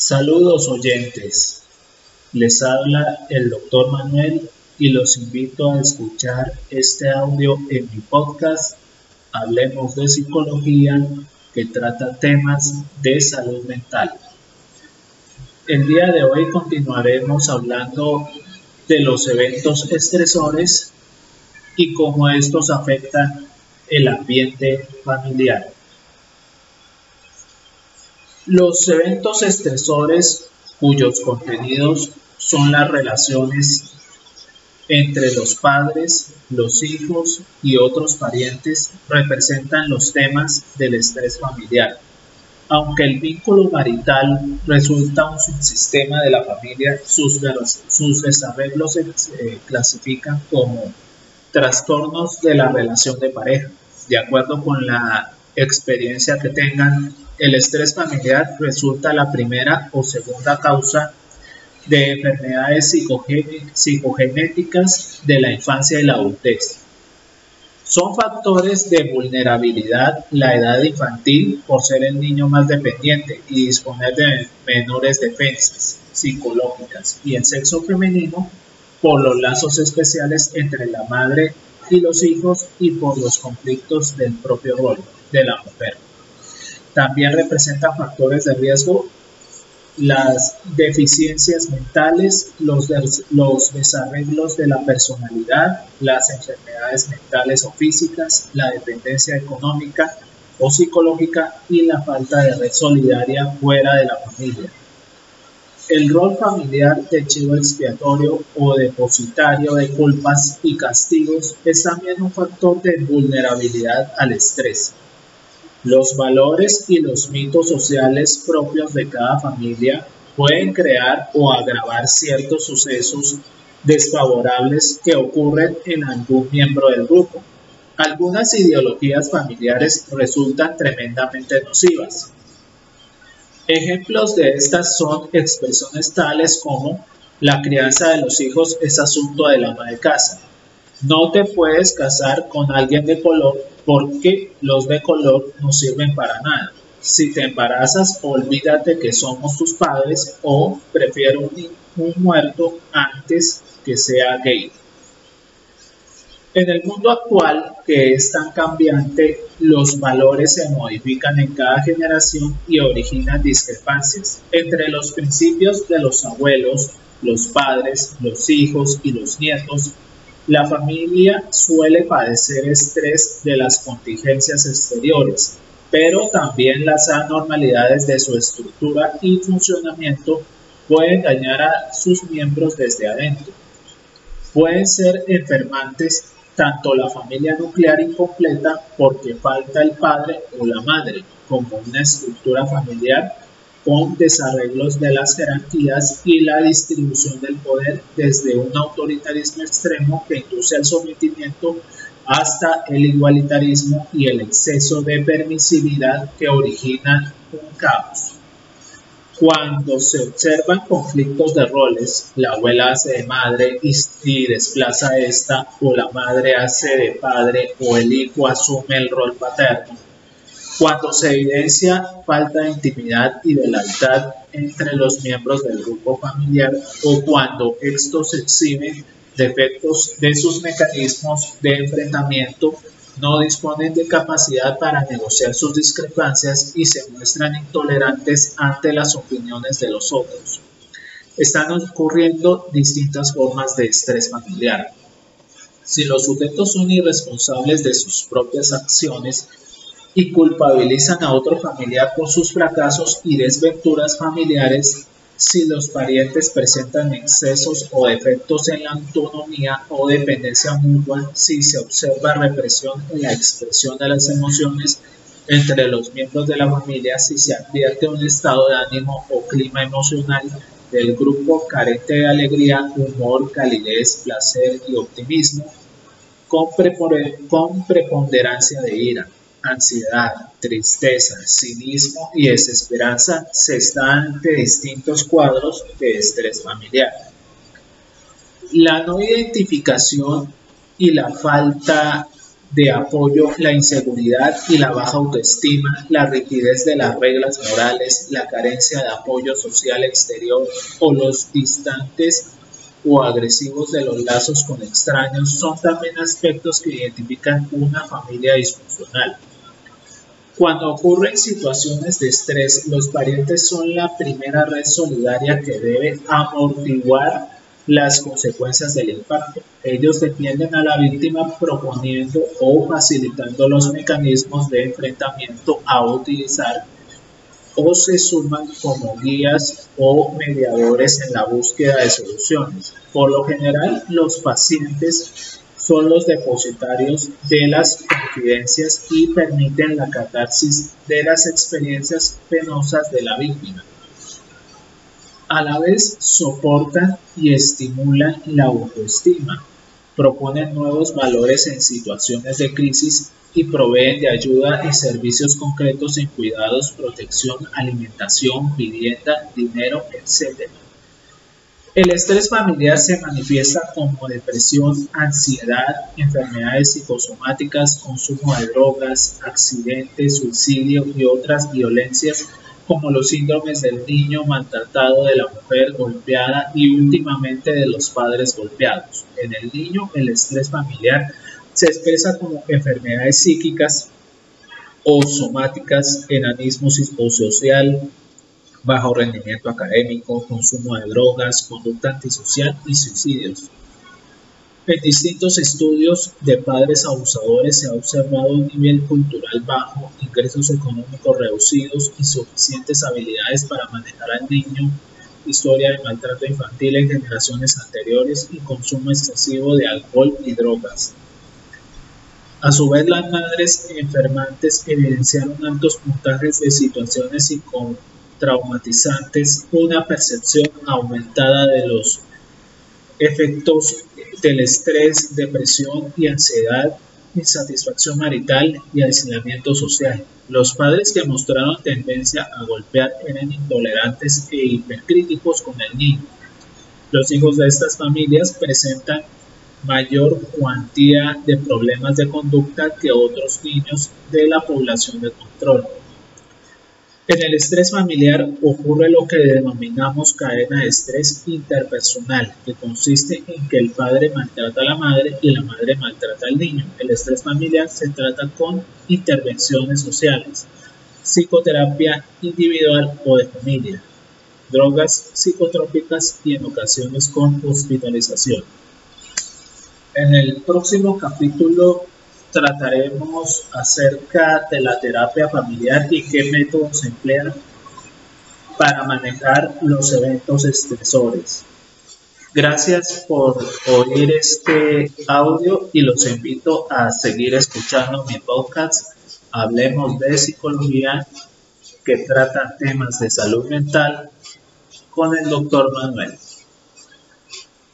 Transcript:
Saludos oyentes, les habla el Dr. Manuel y los invito a escuchar este audio en mi podcast Hablemos de Psicología, que trata temas de salud mental. El día de hoy continuaremos hablando de los eventos estresores y cómo estos afectan el ambiente familiar. Los eventos estresores cuyos contenidos son las relaciones entre los padres, los hijos y otros parientes representan los temas del estrés familiar. Aunque el vínculo marital resulta un subsistema de la familia, sus desarreglos se clasifican como trastornos de la relación de pareja. De acuerdo con la experiencia que tengan, el estrés familiar resulta la primera o segunda causa de enfermedades psicogenéticas de la infancia y la adultez. Son factores de vulnerabilidad la edad infantil por ser el niño más dependiente y disponer de menores defensas psicológicas, y el sexo femenino por los lazos especiales entre la madre y los hijos y por los conflictos del propio rol de la mujer. También representa factores de riesgo las deficiencias mentales, los desarreglos de la personalidad, las enfermedades mentales o físicas, la dependencia económica o psicológica y la falta de red solidaria fuera de la familia. El rol familiar de chivo expiatorio o depositario de culpas y castigos es también un factor de vulnerabilidad al estrés. Los valores y los mitos sociales propios de cada familia pueden crear o agravar ciertos sucesos desfavorables que ocurren en algún miembro del grupo. Algunas ideologías familiares resultan tremendamente nocivas. Ejemplos de estas son expresiones tales como: la crianza de los hijos es asunto del ama de casa. No te puedes casar con alguien de color porque los de color no sirven para nada. Si te embarazas, olvídate que somos tus padres, o prefiero un muerto antes que sea gay. En el mundo actual, que es tan cambiante, los valores se modifican en cada generación y originan discrepancias entre los principios de los abuelos, los padres, los hijos y los nietos. La familia suele padecer estrés de las contingencias exteriores, pero también las anormalidades de su estructura y funcionamiento pueden dañar a sus miembros desde adentro. Pueden ser enfermantes tanto la familia nuclear incompleta porque falta el padre o la madre, como una estructura familiar con desarreglos de las jerarquías y la distribución del poder, desde un autoritarismo extremo que induce al sometimiento hasta el igualitarismo y el exceso de permisividad que origina un caos. Cuando se observan conflictos de roles, la abuela hace de madre y desplaza a esta, o la madre hace de padre, o el hijo asume el rol paterno. Cuando se evidencia falta de intimidad y de lealtad entre los miembros del grupo familiar, o cuando estos exhiben defectos de sus mecanismos de enfrentamiento, no disponen de capacidad para negociar sus discrepancias y se muestran intolerantes ante las opiniones de los otros. Están ocurriendo distintas formas de estrés familiar. Si los sujetos son irresponsables de sus propias acciones y culpabilizan a otro familiar por sus fracasos y desventuras familiares, si los parientes presentan excesos o defectos en la autonomía o dependencia mutua, si se observa represión en la expresión de las emociones entre los miembros de la familia, si se advierte un estado de ánimo o clima emocional del grupo carente de alegría, humor, calidez, placer y optimismo, con preponderancia de ira, ansiedad, tristeza, cinismo y desesperanza, se está ante distintos cuadros de estrés familiar. La no identificación y la falta de apoyo, la inseguridad y la baja autoestima, la rigidez de las reglas morales, la carencia de apoyo social exterior o los distantes o agresivos de los lazos con extraños son también aspectos que identifican una familia disfuncional. Cuando ocurren situaciones de estrés, los parientes son la primera red solidaria que debe amortiguar las consecuencias del impacto. Ellos defienden a la víctima proponiendo o facilitando los mecanismos de enfrentamiento a utilizar o se suman como guías o mediadores en la búsqueda de soluciones. Por lo general, los pacientes son los depositarios de las confidencias y permiten la catarsis de las experiencias penosas de la víctima. A la vez, soportan y estimulan la autoestima, proponen nuevos valores en situaciones de crisis y proveen de ayuda y servicios concretos en cuidados, protección, alimentación, vivienda, dinero, etc. El estrés familiar se manifiesta como depresión, ansiedad, enfermedades psicosomáticas, consumo de drogas, accidentes, suicidio y otras violencias como los síndromes del niño maltratado, de la mujer golpeada y últimamente de los padres golpeados. En el niño, el estrés familiar se expresa como enfermedades psíquicas o somáticas, enanismo psicosocial, bajo rendimiento académico, consumo de drogas, conducta antisocial y suicidios. En distintos estudios de padres abusadores se ha observado un nivel cultural bajo, ingresos económicos reducidos, insuficientes habilidades para manejar al niño, historia de maltrato infantil en generaciones anteriores y consumo excesivo de alcohol y drogas. A su vez, las madres enfermantes evidenciaron altos puntajes de situaciones psicotraumatizantes, una percepción aumentada de los efectos del estrés, depresión y ansiedad, insatisfacción marital y aislamiento social. Los padres que mostraron tendencia a golpear eran intolerantes e hipercríticos con el niño. Los hijos de estas familias presentan mayor cuantía de problemas de conducta que otros niños de la población de control. En el estrés familiar ocurre lo que denominamos cadena de estrés interpersonal, que consiste en que el padre maltrata a la madre y la madre maltrata al niño. El estrés familiar se trata con intervenciones sociales, psicoterapia individual o de familia, drogas psicotrópicas y en ocasiones con hospitalización. En el próximo capítulo trataremos acerca de la terapia familiar y qué métodos se emplean para manejar los eventos estresores. Gracias por oír este audio y los invito a seguir escuchando mi podcast Hablemos de Psicología, que trata temas de salud mental con el Dr. Manuel.